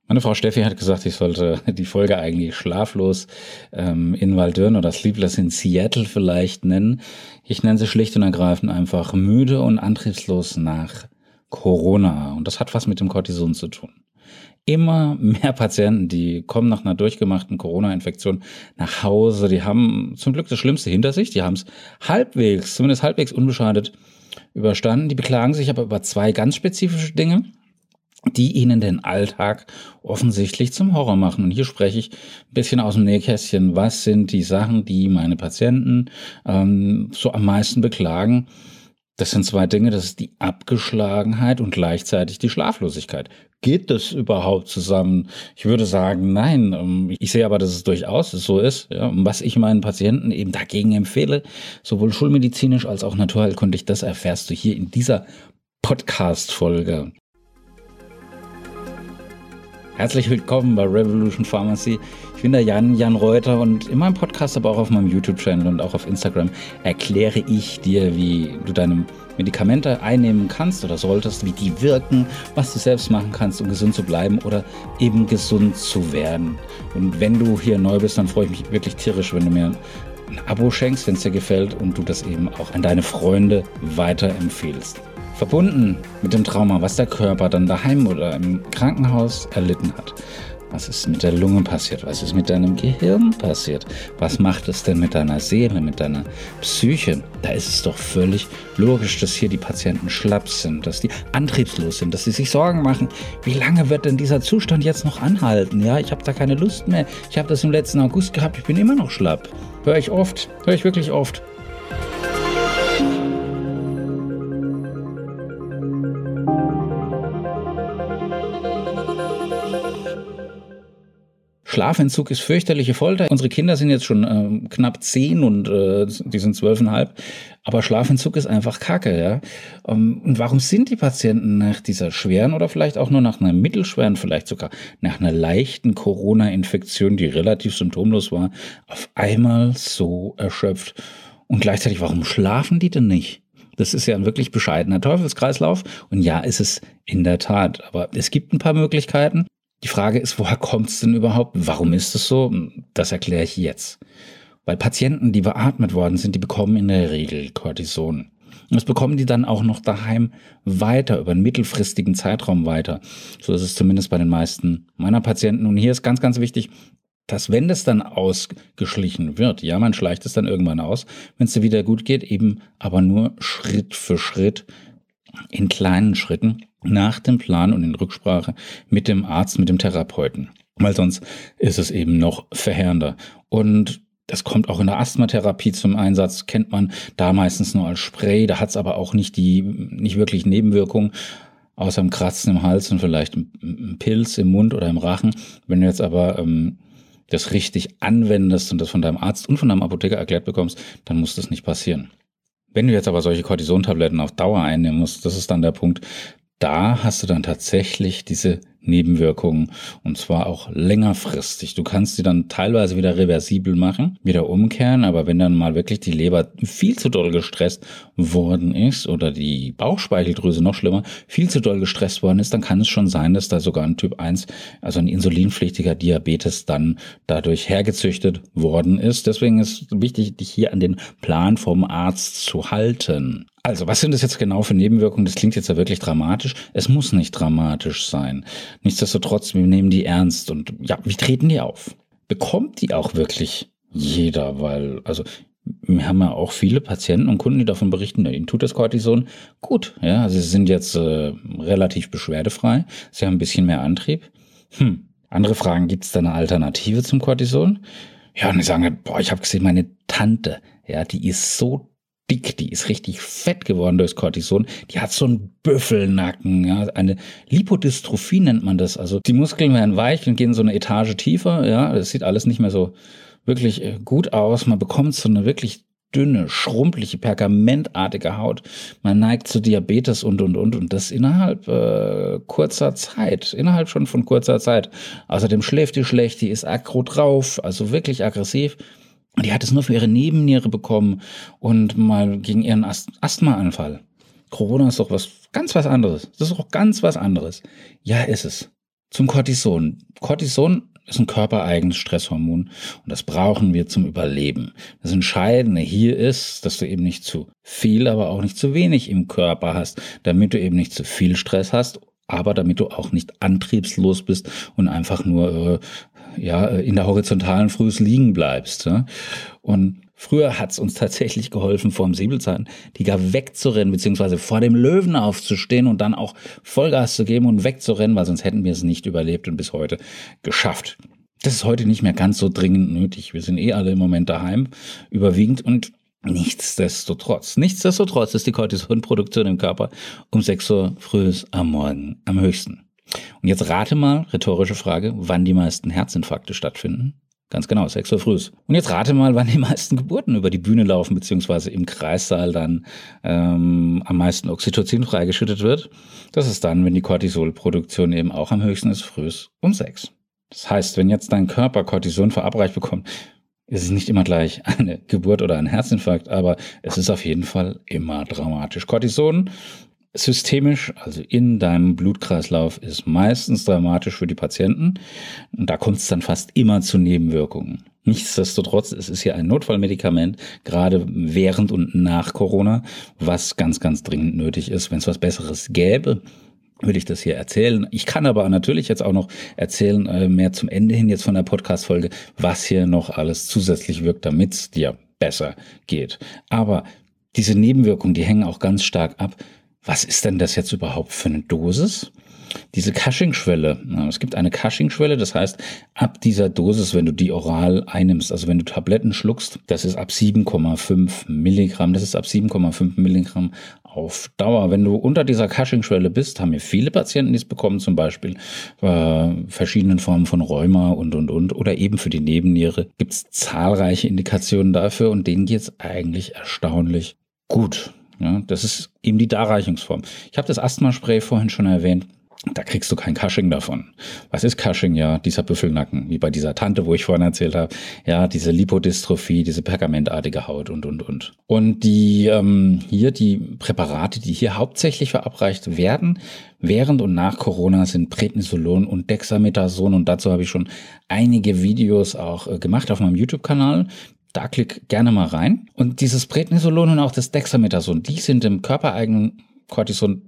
Meine Frau Steffi hat gesagt, ich sollte die Folge eigentlich schlaflos in Waldürn oder Sleepless in Seattle vielleicht nennen. Ich nenne sie schlicht und ergreifend einfach müde und antriebslos nach Corona. Und das hat was mit dem Cortison zu tun. Immer mehr Patienten, die kommen nach einer durchgemachten Corona-Infektion nach Hause. Die haben zum Glück das Schlimmste hinter sich. Die haben es zumindest halbwegs unbeschadet überstanden. Die beklagen sich aber über zwei ganz spezifische Dinge, die ihnen den Alltag offensichtlich zum Horror machen. Und hier spreche ich ein bisschen aus dem Nähkästchen. Was sind die Sachen, die meine Patienten so am meisten beklagen? Das sind zwei Dinge, das ist die Abgeschlagenheit und gleichzeitig die Schlaflosigkeit. Geht das überhaupt zusammen? Ich würde sagen, nein. Ich sehe aber, dass es durchaus so ist. Ja. Und was ich meinen Patienten eben dagegen empfehle, sowohl schulmedizinisch als auch naturheilkundlich, das erfährst du hier in dieser Podcast-Folge. Herzlich willkommen bei Revolution Pharmacy. Ich bin der Jan Reuter und in meinem Podcast, aber auch auf meinem YouTube-Channel und auch auf Instagram erkläre ich dir, wie du deine Medikamente einnehmen kannst oder solltest, wie die wirken, was du selbst machen kannst, um gesund zu bleiben oder eben gesund zu werden. Und wenn du hier neu bist, dann freue ich mich wirklich tierisch, wenn du mir ein Abo schenkst, wenn es dir gefällt und du das eben auch an deine Freunde weiterempfehlst. Verbunden mit dem Trauma, was der Körper dann daheim oder im Krankenhaus erlitten hat. Was ist mit der Lunge passiert? Was ist mit deinem Gehirn passiert? Was macht es denn mit deiner Seele, mit deiner Psyche? Da ist es doch völlig logisch, dass hier die Patienten schlapp sind, dass die antriebslos sind, dass sie sich Sorgen machen. Wie lange wird denn dieser Zustand jetzt noch anhalten? Ja, ich habe da keine Lust mehr. Ich habe das im letzten August gehabt, ich bin immer noch schlapp. Höre ich wirklich oft. Schlafentzug ist fürchterliche Folter. Unsere Kinder sind jetzt schon knapp 10 und die sind 12,5. Aber Schlafentzug ist einfach Kacke, ja. Und warum sind die Patienten nach dieser schweren oder vielleicht auch nur nach einer mittelschweren, vielleicht sogar nach einer leichten Corona-Infektion, die relativ symptomlos war, auf einmal so erschöpft? Und gleichzeitig, warum schlafen die denn nicht? Das ist ja ein wirklich bescheidener Teufelskreislauf. Und ja, ist es in der Tat. Aber es gibt ein paar Möglichkeiten. Die Frage ist, woher kommt es denn überhaupt? Warum ist es so? Das erkläre ich jetzt. Weil Patienten, die beatmet worden sind, die bekommen in der Regel Cortison. Und das bekommen die dann auch noch daheim weiter, über einen mittelfristigen Zeitraum weiter. So ist es zumindest bei den meisten meiner Patienten. Und hier ist ganz, ganz wichtig, dass wenn das dann ausgeschlichen wird, ja, man schleicht es dann irgendwann aus, wenn es dir wieder gut geht, eben aber nur Schritt für Schritt in kleinen Schritten nach dem Plan und in Rücksprache mit dem Arzt, mit dem Therapeuten. Weil sonst ist es eben noch verheerender. Und das kommt auch in der Asthmatherapie zum Einsatz, kennt man da meistens nur als Spray. Da hat es aber auch nicht wirklich Nebenwirkungen, außer dem Kratzen im Hals und vielleicht ein Pilz im Mund oder im Rachen. Wenn du jetzt aber das richtig anwendest und das von deinem Arzt und von deinem Apotheker erklärt bekommst, dann muss das nicht passieren. Wenn du jetzt aber solche Cortisontabletten auf Dauer einnehmen musst, das ist dann der Punkt, da hast du dann tatsächlich diese Nebenwirkungen und zwar auch längerfristig. Du kannst die dann teilweise wieder reversibel machen, wieder umkehren, aber wenn dann mal wirklich die Leber viel zu doll gestresst worden ist oder die Bauchspeicheldrüse noch schlimmer, viel zu doll gestresst worden ist, dann kann es schon sein, dass da sogar ein Typ 1, also ein insulinpflichtiger Diabetes dann dadurch hergezüchtet worden ist. Deswegen ist wichtig, dich hier an den Plan vom Arzt zu halten. Also, was sind das jetzt genau für Nebenwirkungen? Das klingt jetzt ja wirklich dramatisch. Es muss nicht dramatisch sein. Nichtsdestotrotz, wir nehmen die ernst. Und ja, wie treten die auf? Bekommt die auch wirklich jeder? Weil, also, wir haben ja auch viele Patienten und Kunden, die davon berichten, ihnen tut das Cortison gut. Ja, also sie sind jetzt relativ beschwerdefrei. Sie haben ein bisschen mehr Antrieb. Andere fragen, gibt es da eine Alternative zum Cortison? Ja, und die sagen halt, boah, ich habe gesehen, meine Tante, ja, die ist so dick, die ist richtig fett geworden durchs Cortison, die hat so einen Büffelnacken, ja, eine Lipodystrophie nennt man das, also die Muskeln werden weich und gehen so eine Etage tiefer, ja, das sieht alles nicht mehr so wirklich gut aus, man bekommt so eine wirklich dünne, schrumpelige, pergamentartige Haut, man neigt zu Diabetes und das innerhalb kurzer Zeit, innerhalb schon von kurzer Zeit. Außerdem schläft die schlecht, die ist aggro drauf, also wirklich aggressiv. Und die hat es nur für ihre Nebenniere bekommen und mal gegen ihren Asthmaanfall. Corona ist doch was anderes. Das ist auch ganz was anderes. Ja, ist es. Zum Cortison. Cortison ist ein körpereigenes Stresshormon und das brauchen wir zum Überleben. Das Entscheidende hier ist, dass du eben nicht zu viel, aber auch nicht zu wenig im Körper hast, damit du eben nicht zu viel Stress hast, aber damit du auch nicht antriebslos bist und einfach nur in der horizontalen Früh liegen bleibst. Ja? Und früher hat es uns tatsächlich geholfen, vor dem Säbelzahntiger wegzurennen, beziehungsweise vor dem Löwen aufzustehen und dann auch Vollgas zu geben und wegzurennen, weil sonst hätten wir es nicht überlebt und bis heute geschafft. Das ist heute nicht mehr ganz so dringend nötig. Wir sind alle im Moment daheim, überwiegend, und nichtsdestotrotz ist die Cortisonproduktion im Körper um 6 Uhr früh am Morgen am höchsten. Und jetzt rate mal, rhetorische Frage, wann die meisten Herzinfarkte stattfinden. Ganz genau, 6 Uhr früh. Und jetzt rate mal, wann die meisten Geburten über die Bühne laufen, beziehungsweise im Kreissaal dann am meisten Oxytocin freigeschüttet wird. Das ist dann, wenn die Cortisolproduktion eben auch am höchsten ist, früh um 6. Das heißt, wenn jetzt dein Körper Cortison verabreicht bekommt, ist es nicht immer gleich eine Geburt oder ein Herzinfarkt, aber es ist auf jeden Fall immer dramatisch. Cortison systemisch, also in deinem Blutkreislauf, ist meistens dramatisch für die Patienten. Und da kommt es dann fast immer zu Nebenwirkungen. Nichtsdestotrotz, es ist hier ein Notfallmedikament, gerade während und nach Corona, was ganz, ganz dringend nötig ist. Wenn es was Besseres gäbe, würde ich das hier erzählen. Ich kann aber natürlich jetzt auch noch erzählen, mehr zum Ende hin jetzt von der Podcast-Folge, was hier noch alles zusätzlich wirkt, damit es dir besser geht. Aber diese Nebenwirkungen, die hängen auch ganz stark ab. Was ist denn das jetzt überhaupt für eine Dosis? Diese Cushing-Schwelle, es gibt eine Cushing-Schwelle, das heißt, ab dieser Dosis, wenn du die oral einnimmst, also wenn du Tabletten schluckst, das ist ab 7,5 Milligramm, das ist ab 7,5 Milligramm auf Dauer. Wenn du unter dieser Cushing-Schwelle bist, haben wir viele Patienten, die es bekommen, zum Beispiel verschiedenen Formen von Rheuma und, oder eben für die Nebenniere gibt es zahlreiche Indikationen dafür und denen geht es eigentlich erstaunlich gut. Ja, das ist eben die Darreichungsform. Ich habe das Asthmaspray vorhin schon erwähnt. Da kriegst du kein Cushing davon. Was ist Cushing? Ja, dieser Büffelnacken, wie bei dieser Tante, wo ich vorhin erzählt habe. Ja, diese Lipodystrophie, diese pergamentartige Haut und. Und die Präparate, die hier hauptsächlich verabreicht werden, während und nach Corona, sind Prednisolon und Dexamethason. Und dazu habe ich schon einige Videos auch gemacht auf meinem YouTube-Kanal. Da klick gerne mal rein. Und dieses Prednisolon und auch das Dexamethason, die sind im körpereigenen Cortison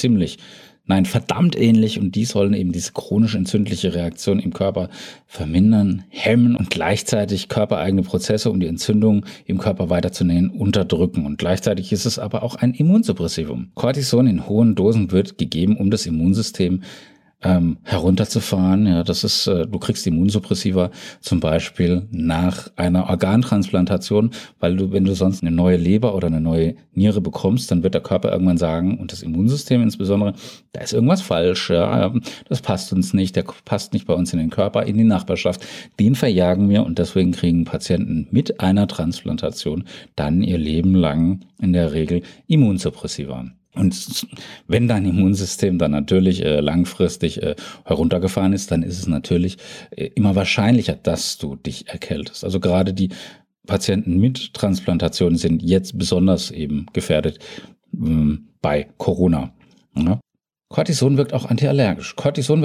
verdammt ähnlich, und die sollen eben diese chronisch entzündliche Reaktion im Körper vermindern, hemmen und gleichzeitig körpereigene Prozesse, um die Entzündung im Körper weiterzunähen, unterdrücken. Und gleichzeitig ist es aber auch ein Immunsuppressivum. Cortison in hohen Dosen wird gegeben, um das Immunsystem herunterzufahren. Ja, das ist, du kriegst Immunsuppressiva zum Beispiel nach einer Organtransplantation, weil wenn du sonst eine neue Leber oder eine neue Niere bekommst, dann wird der Körper irgendwann sagen, und das Immunsystem insbesondere, da ist irgendwas falsch, ja, das passt uns nicht, der passt nicht bei uns in den Körper, in die Nachbarschaft, den verjagen wir, und deswegen kriegen Patienten mit einer Transplantation dann ihr Leben lang in der Regel Immunsuppressiva. Und wenn dein Immunsystem dann natürlich langfristig heruntergefahren ist, dann ist es natürlich immer wahrscheinlicher, dass du dich erkältest. Also gerade die Patienten mit Transplantation sind jetzt besonders eben gefährdet bei Corona. Ja. Cortison wirkt auch antiallergisch.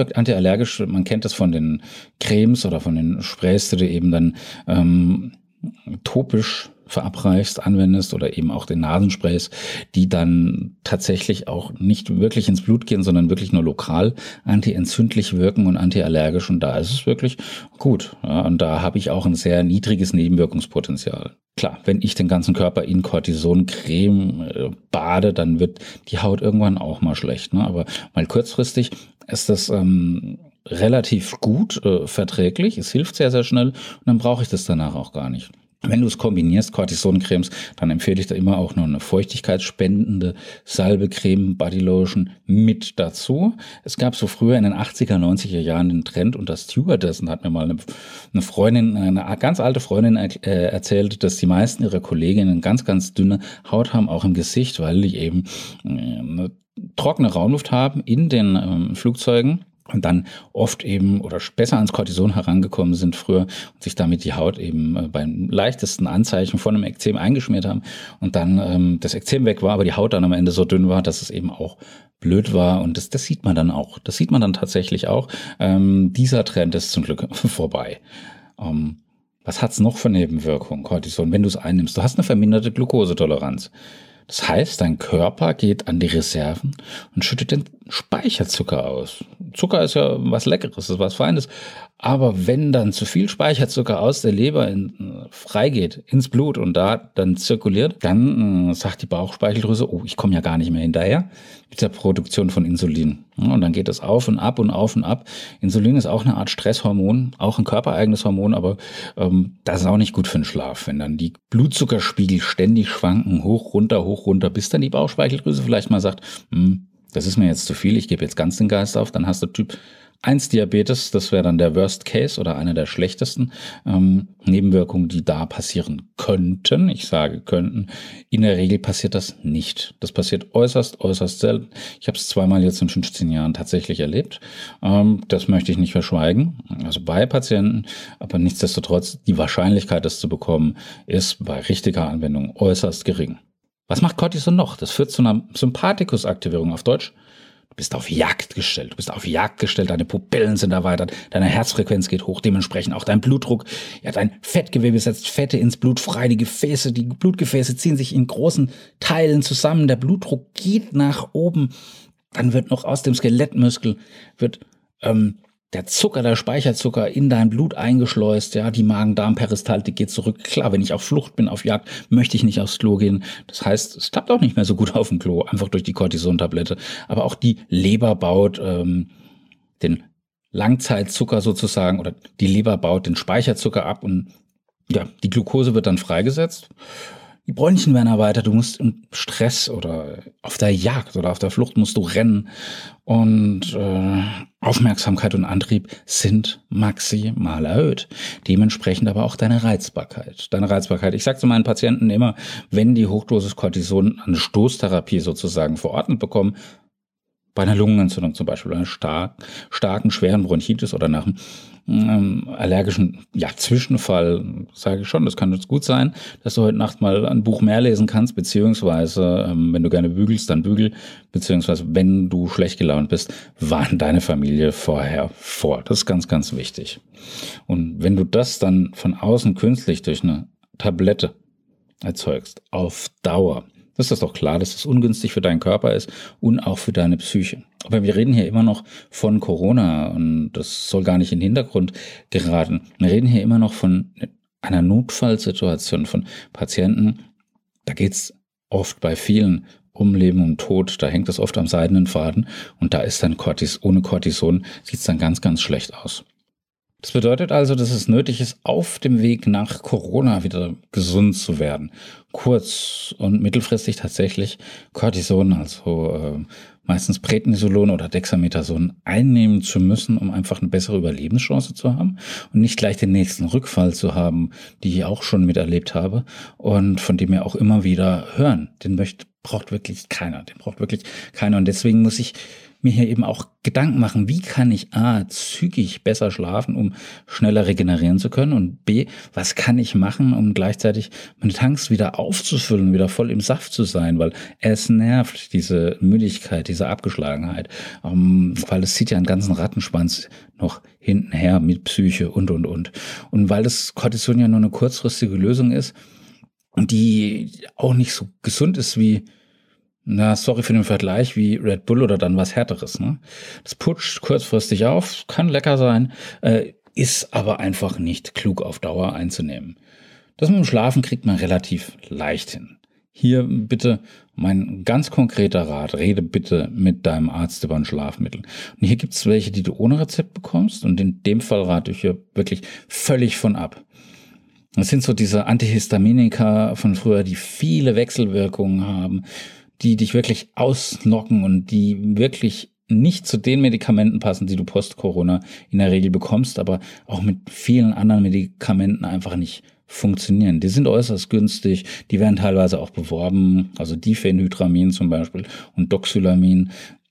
Man kennt das von den Cremes oder von den Sprays, die du eben dann topisch verabreichst, anwendest, oder eben auch den Nasensprays, die dann tatsächlich auch nicht wirklich ins Blut gehen, sondern wirklich nur lokal antientzündlich wirken und antiallergisch, und da ist es wirklich gut. Ja, und da habe ich auch ein sehr niedriges Nebenwirkungspotenzial. Klar, wenn ich den ganzen Körper in Cortisoncreme bade, dann wird die Haut irgendwann auch mal schlecht. Ne? Aber mal kurzfristig ist das relativ gut verträglich. Es hilft sehr, sehr schnell, und dann brauche ich das danach auch gar nicht. Wenn du es kombinierst, Cortisoncremes, dann empfehle ich da immer auch noch eine feuchtigkeitsspendende Salbecreme, Bodylotion mit dazu. Es gab so früher in den 80er, 90er Jahren den Trend, und das Stewardessen hat mir mal eine Freundin, eine ganz alte Freundin erzählt, dass die meisten ihrer Kolleginnen ganz, ganz dünne Haut haben, auch im Gesicht, weil die eben eine trockene Raumluft haben in den Flugzeugen. und dann oft eben oder besser ans Cortison herangekommen sind früher und sich damit die Haut eben beim leichtesten Anzeichen von einem Ekzem eingeschmiert haben und dann das Ekzem weg war, aber die Haut dann am Ende so dünn war, dass es eben auch blöd war und das sieht man dann auch. Das sieht man dann tatsächlich auch. Dieser Trend ist zum Glück vorbei. Was hat's noch für Nebenwirkungen, Cortison, wenn du es einnimmst? Du hast eine verminderte Glukosetoleranz. Das heißt, dein Körper geht an die Reserven und schüttet den Speicherzucker aus. Zucker ist ja was Leckeres, ist was Feines. Aber wenn dann zu viel Speicherzucker aus der Leber freigeht ins Blut und da dann zirkuliert, dann sagt die Bauchspeicheldrüse, oh, ich komme ja gar nicht mehr hinterher mit der Produktion von Insulin. Ja, und dann geht es auf und ab und auf und ab. Insulin ist auch eine Art Stresshormon, auch ein körpereigenes Hormon, aber das ist auch nicht gut für den Schlaf, wenn dann die Blutzuckerspiegel ständig schwanken, hoch, runter, bis dann die Bauchspeicheldrüse vielleicht mal sagt, das ist mir jetzt zu viel, ich gebe jetzt ganz den Geist auf, dann hast du Typ 1 Diabetes, das wäre dann der Worst Case oder einer der schlechtesten Nebenwirkungen, die da passieren könnten. Ich sage könnten. In der Regel passiert das nicht. Das passiert äußerst, äußerst selten. Ich habe es zweimal jetzt in 15 Jahren tatsächlich erlebt. Das möchte ich nicht verschweigen. Also bei Patienten, aber nichtsdestotrotz, die Wahrscheinlichkeit, das zu bekommen, ist bei richtiger Anwendung äußerst gering. Was macht Cortison noch? Das führt zu einer Sympathikusaktivierung auf Deutsch. Du bist auf Jagd gestellt, deine Pupillen sind erweitert, deine Herzfrequenz geht hoch, dementsprechend auch dein Blutdruck, ja, dein Fettgewebe setzt Fette ins Blut frei, die Blutgefäße ziehen sich in großen Teilen zusammen, der Blutdruck geht nach oben, dann wird noch aus dem Skelettmuskel, der Zucker, der Speicherzucker in dein Blut eingeschleust, ja, die Magen-Darm-Peristaltik geht zurück. Klar, wenn ich auf Flucht bin, auf Jagd, möchte ich nicht aufs Klo gehen. Das heißt, es klappt auch nicht mehr so gut auf dem Klo, einfach durch die Cortison-Tablette. Aber auch die Leber baut den Langzeitzucker sozusagen, oder die Leber baut den Speicherzucker ab und ja, die Glucose wird dann freigesetzt. Die Bronchien werden erweitert, du musst im Stress oder auf der Jagd oder auf der Flucht musst du rennen und Aufmerksamkeit und Antrieb sind maximal erhöht. Dementsprechend aber auch deine Reizbarkeit. Ich sage zu meinen Patienten immer, wenn die Hochdosis Cortison eine Stoßtherapie sozusagen verordnet bekommen, bei einer Lungenentzündung zum Beispiel, einer starken, schweren Bronchitis oder nach einem allergischen Zwischenfall, sage ich schon, das kann jetzt gut sein, dass du heute Nacht mal ein Buch mehr lesen kannst, beziehungsweise wenn du gerne bügelst, dann bügel, beziehungsweise wenn du schlecht gelaunt bist, warn deine Familie vorher vor. Das ist ganz, ganz wichtig. Und wenn du das dann von außen künstlich durch eine Tablette erzeugst, auf Dauer, ist das doch klar, dass es ungünstig für deinen Körper ist und auch für deine Psyche. Aber wir reden hier immer noch von Corona und das soll gar nicht in den Hintergrund geraten. Wir reden hier immer noch von einer Notfallsituation von Patienten. Da geht es oft bei vielen um Leben und Tod. Da hängt es oft am seidenen Faden und da ist dann ohne Cortison sieht es dann ganz, ganz schlecht aus. Das bedeutet also, dass es nötig ist, auf dem Weg nach Corona wieder gesund zu werden. Kurz- und mittelfristig tatsächlich Cortison, also meistens Prednisolon oder Dexamethason einnehmen zu müssen, um einfach eine bessere Überlebenschance zu haben und nicht gleich den nächsten Rückfall zu haben, die ich auch schon miterlebt habe und von dem wir auch immer wieder hören. Den braucht wirklich keiner. Und deswegen muss ich mir hier eben auch Gedanken machen, wie kann ich zügig besser schlafen, um schneller regenerieren zu können und B, was kann ich machen, um gleichzeitig meine Tanks wieder aufzufüllen, wieder voll im Saft zu sein, weil es nervt, diese Müdigkeit, diese Abgeschlagenheit, weil es zieht ja einen ganzen Rattenschwanz noch hinten her mit Psyche und. Und weil das Cortison ja nur eine kurzfristige Lösung ist und die auch nicht so gesund ist wie sorry für den Vergleich, wie Red Bull oder dann was Härteres. Ne? Das putscht kurzfristig auf, kann lecker sein, ist aber einfach nicht klug auf Dauer einzunehmen. Das mit dem Schlafen kriegt man relativ leicht hin. Hier bitte mein ganz konkreter Rat, rede bitte mit deinem Arzt über ein Schlafmittel. Und hier gibt es welche, die du ohne Rezept bekommst und in dem Fall rate ich hier wirklich völlig von ab. Das sind so diese Antihistaminika von früher, die viele Wechselwirkungen haben, die dich wirklich ausnocken und die wirklich nicht zu den Medikamenten passen, die du post-Corona in der Regel bekommst, aber auch mit vielen anderen Medikamenten einfach nicht funktionieren. Die sind äußerst günstig, die werden teilweise auch beworben, also Diphenhydramin zum Beispiel und Doxylamin.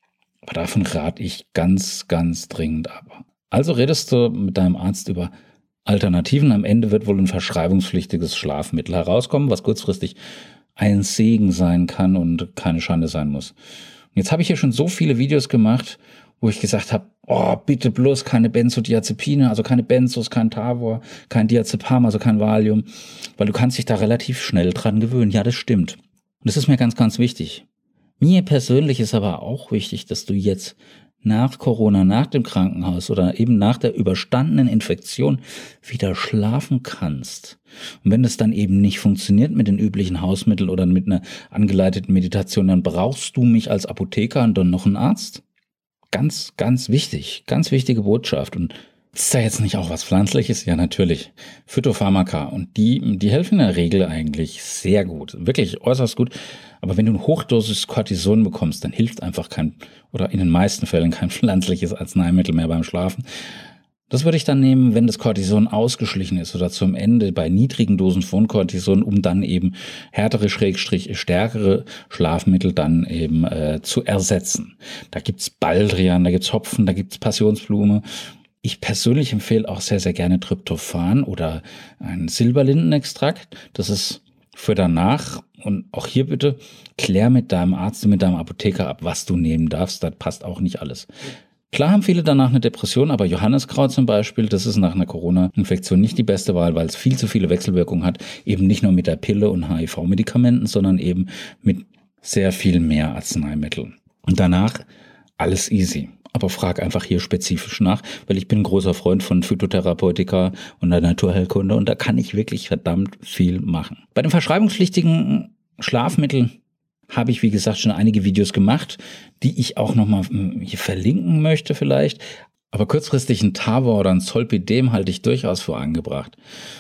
Aber davon rate ich ganz, ganz dringend ab. Also redest du mit deinem Arzt über Alternativen. Am Ende wird wohl ein verschreibungspflichtiges Schlafmittel herauskommen, was kurzfristig ein Segen sein kann und keine Schande sein muss. Und jetzt habe ich hier schon so viele Videos gemacht, wo ich gesagt habe, oh, bitte bloß keine Benzodiazepine, also keine Benzos, kein Tavor, kein Diazepam, also kein Valium, weil du kannst dich da relativ schnell dran gewöhnen. Ja, das stimmt. Und das ist mir ganz, ganz wichtig. Mir persönlich ist aber auch wichtig, dass du jetzt nach Corona, nach dem Krankenhaus oder eben nach der überstandenen Infektion wieder schlafen kannst. Und wenn das dann eben nicht funktioniert mit den üblichen Hausmitteln oder mit einer angeleiteten Meditation, dann brauchst du mich als Apotheker und dann noch einen Arzt. Ganz, ganz wichtig, ganz wichtige Botschaft. Und ist da jetzt nicht auch was Pflanzliches? Ja, natürlich. Phytopharmaka. Und die helfen in der Regel eigentlich sehr gut. Wirklich äußerst gut. Aber wenn du eine Hochdosis Cortison bekommst, dann hilft einfach oder in den meisten Fällen kein pflanzliches Arzneimittel mehr beim Schlafen. Das würde ich dann nehmen, wenn das Cortison ausgeschlichen ist oder zum Ende bei niedrigen Dosen von Cortison, um dann eben härtere, stärkere Schlafmittel dann eben zu ersetzen. Da gibt's Baldrian, da gibt's Hopfen, da gibt's Passionsblume. Ich persönlich empfehle auch sehr, sehr gerne Tryptophan oder ein Silberlindenextrakt. Das ist für danach. Und auch hier bitte klär mit deinem Arzt und mit deinem Apotheker ab, was du nehmen darfst. Das passt auch nicht alles. Klar haben viele danach eine Depression, aber Johanniskraut zum Beispiel, das ist nach einer Corona-Infektion nicht die beste Wahl, weil es viel zu viele Wechselwirkungen hat. Eben nicht nur mit der Pille und HIV-Medikamenten, sondern eben mit sehr viel mehr Arzneimitteln. Und danach alles easy. Aber frag einfach hier spezifisch nach, weil ich bin ein großer Freund von Phytotherapeutika und der Naturheilkunde und da kann ich wirklich verdammt viel machen. Bei den verschreibungspflichtigen Schlafmitteln habe ich, wie gesagt, schon einige Videos gemacht, die ich auch nochmal hier verlinken möchte vielleicht. Aber kurzfristig ein Tavor oder ein Zolpidem halte ich durchaus für angebracht.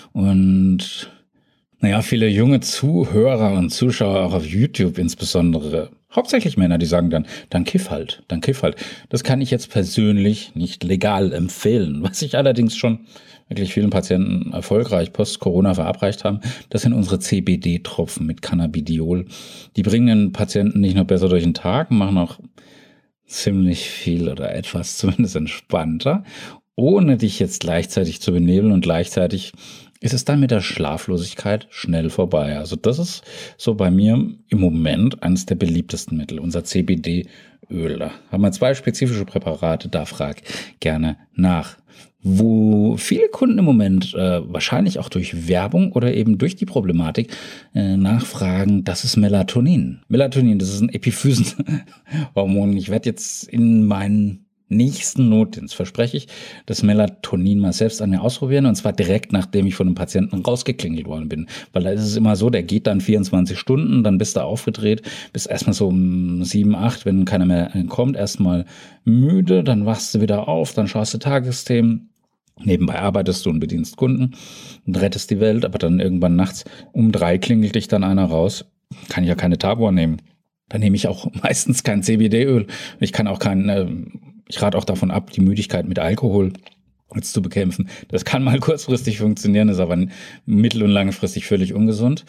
Und naja, viele junge Zuhörer und Zuschauer, auch auf YouTube insbesondere, hauptsächlich Männer, die sagen dann kiff halt. Das kann ich jetzt persönlich nicht legal empfehlen. Was ich allerdings schon wirklich vielen Patienten erfolgreich post-Corona verabreicht haben, das sind unsere CBD-Tropfen mit Cannabidiol. Die bringen den Patienten nicht nur besser durch den Tag, machen auch ziemlich viel oder etwas zumindest entspannter, ohne dich jetzt gleichzeitig zu benebeln und gleichzeitig ist es dann mit der Schlaflosigkeit schnell vorbei. Also das ist so bei mir im Moment eines der beliebtesten Mittel, unser CBD-Öl. Da haben wir 2 spezifische Präparate, da frag gerne nach. Wo viele Kunden im Moment wahrscheinlich auch durch Werbung oder eben durch die Problematik nachfragen, das ist Melatonin. Melatonin, das ist ein Epiphysenhormon. Ich werde jetzt in meinen nächsten Notdienst, verspreche ich, das Melatonin mal selbst an mir ausprobieren und zwar direkt, nachdem ich von einem Patienten rausgeklingelt worden bin. Weil da ist es immer so, der geht dann 24 Stunden, dann bist du aufgedreht, bist erstmal so um 7, 8, wenn keiner mehr kommt, erstmal müde, dann wachst du wieder auf, dann schaust du Tagesthemen, nebenbei arbeitest du und bedienst Kunden und rettest die Welt, aber dann irgendwann nachts um 3 klingelt dich dann einer raus, kann ich ja keine Tavor nehmen. Dann nehme ich auch meistens kein CBD-Öl. Ich kann auch ich rate auch davon ab, die Müdigkeit mit Alkohol jetzt zu bekämpfen. Das kann mal kurzfristig funktionieren, ist aber mittel- und langfristig völlig ungesund.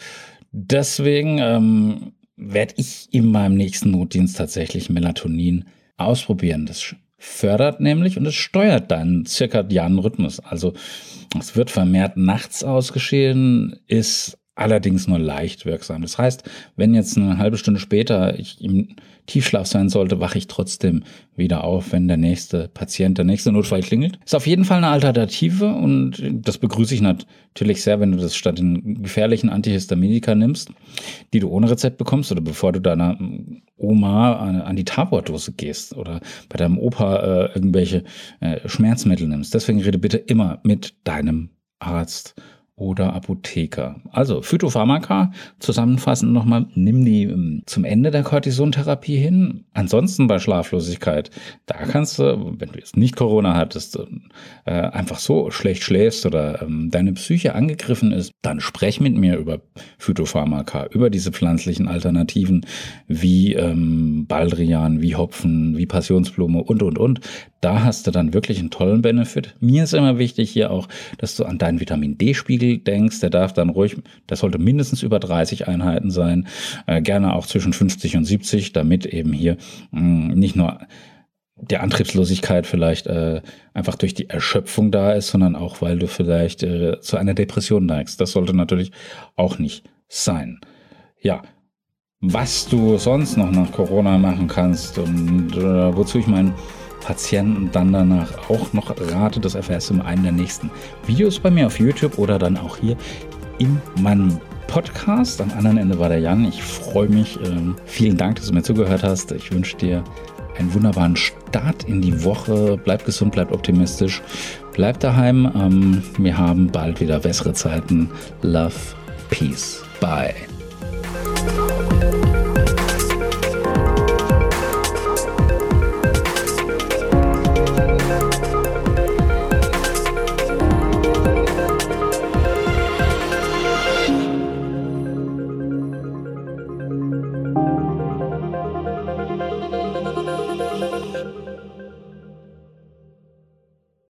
Deswegen werde ich in meinem nächsten Notdienst tatsächlich Melatonin ausprobieren. Das fördert nämlich und es steuert deinen zirkadianen Rhythmus. Also es wird vermehrt nachts ausgeschehen, ist allerdings nur leicht wirksam. Das heißt, wenn jetzt eine halbe Stunde später ich im Tiefschlaf sein sollte, wache ich trotzdem wieder auf, wenn der nächste Patient, der nächste Notfall klingelt. Ist auf jeden Fall eine Alternative und das begrüße ich natürlich sehr, wenn du das statt den gefährlichen Antihistaminika nimmst, die du ohne Rezept bekommst oder bevor du deiner Oma an die Tabordose gehst oder bei deinem Opa irgendwelche Schmerzmittel nimmst. Deswegen rede bitte immer mit deinem Arzt oder Apotheker. Also Phytopharmaka, zusammenfassend nochmal, nimm die zum Ende der Cortisontherapie hin. Ansonsten bei Schlaflosigkeit, da kannst du, wenn du jetzt nicht Corona hattest, einfach so schlecht schläfst oder deine Psyche angegriffen ist, dann sprech mit mir über Phytopharmaka, über diese pflanzlichen Alternativen wie Baldrian, wie Hopfen, wie Passionsblume und. Da hast du dann wirklich einen tollen Benefit. Mir ist immer wichtig hier auch, dass du an deinen Vitamin-D-Spiegel denkst. Der sollte mindestens über 30 Einheiten sein. Gerne auch zwischen 50 und 70, damit eben hier nicht nur der Antriebslosigkeit vielleicht einfach durch die Erschöpfung da ist, sondern auch, weil du vielleicht zu einer Depression neigst. Das sollte natürlich auch nicht sein. Ja, was du sonst noch nach Corona machen kannst und wozu ich meinen Patienten dann danach auch noch rate, das erfährst du in einem der nächsten Videos bei mir auf YouTube oder dann auch hier in meinem Podcast. Am anderen Ende war der Jan. Ich freue mich. Vielen Dank, dass du mir zugehört hast. Ich wünsche dir einen wunderbaren Start in die Woche. Bleib gesund, bleib optimistisch, bleib daheim. Wir haben bald wieder bessere Zeiten. Love, Peace, bye.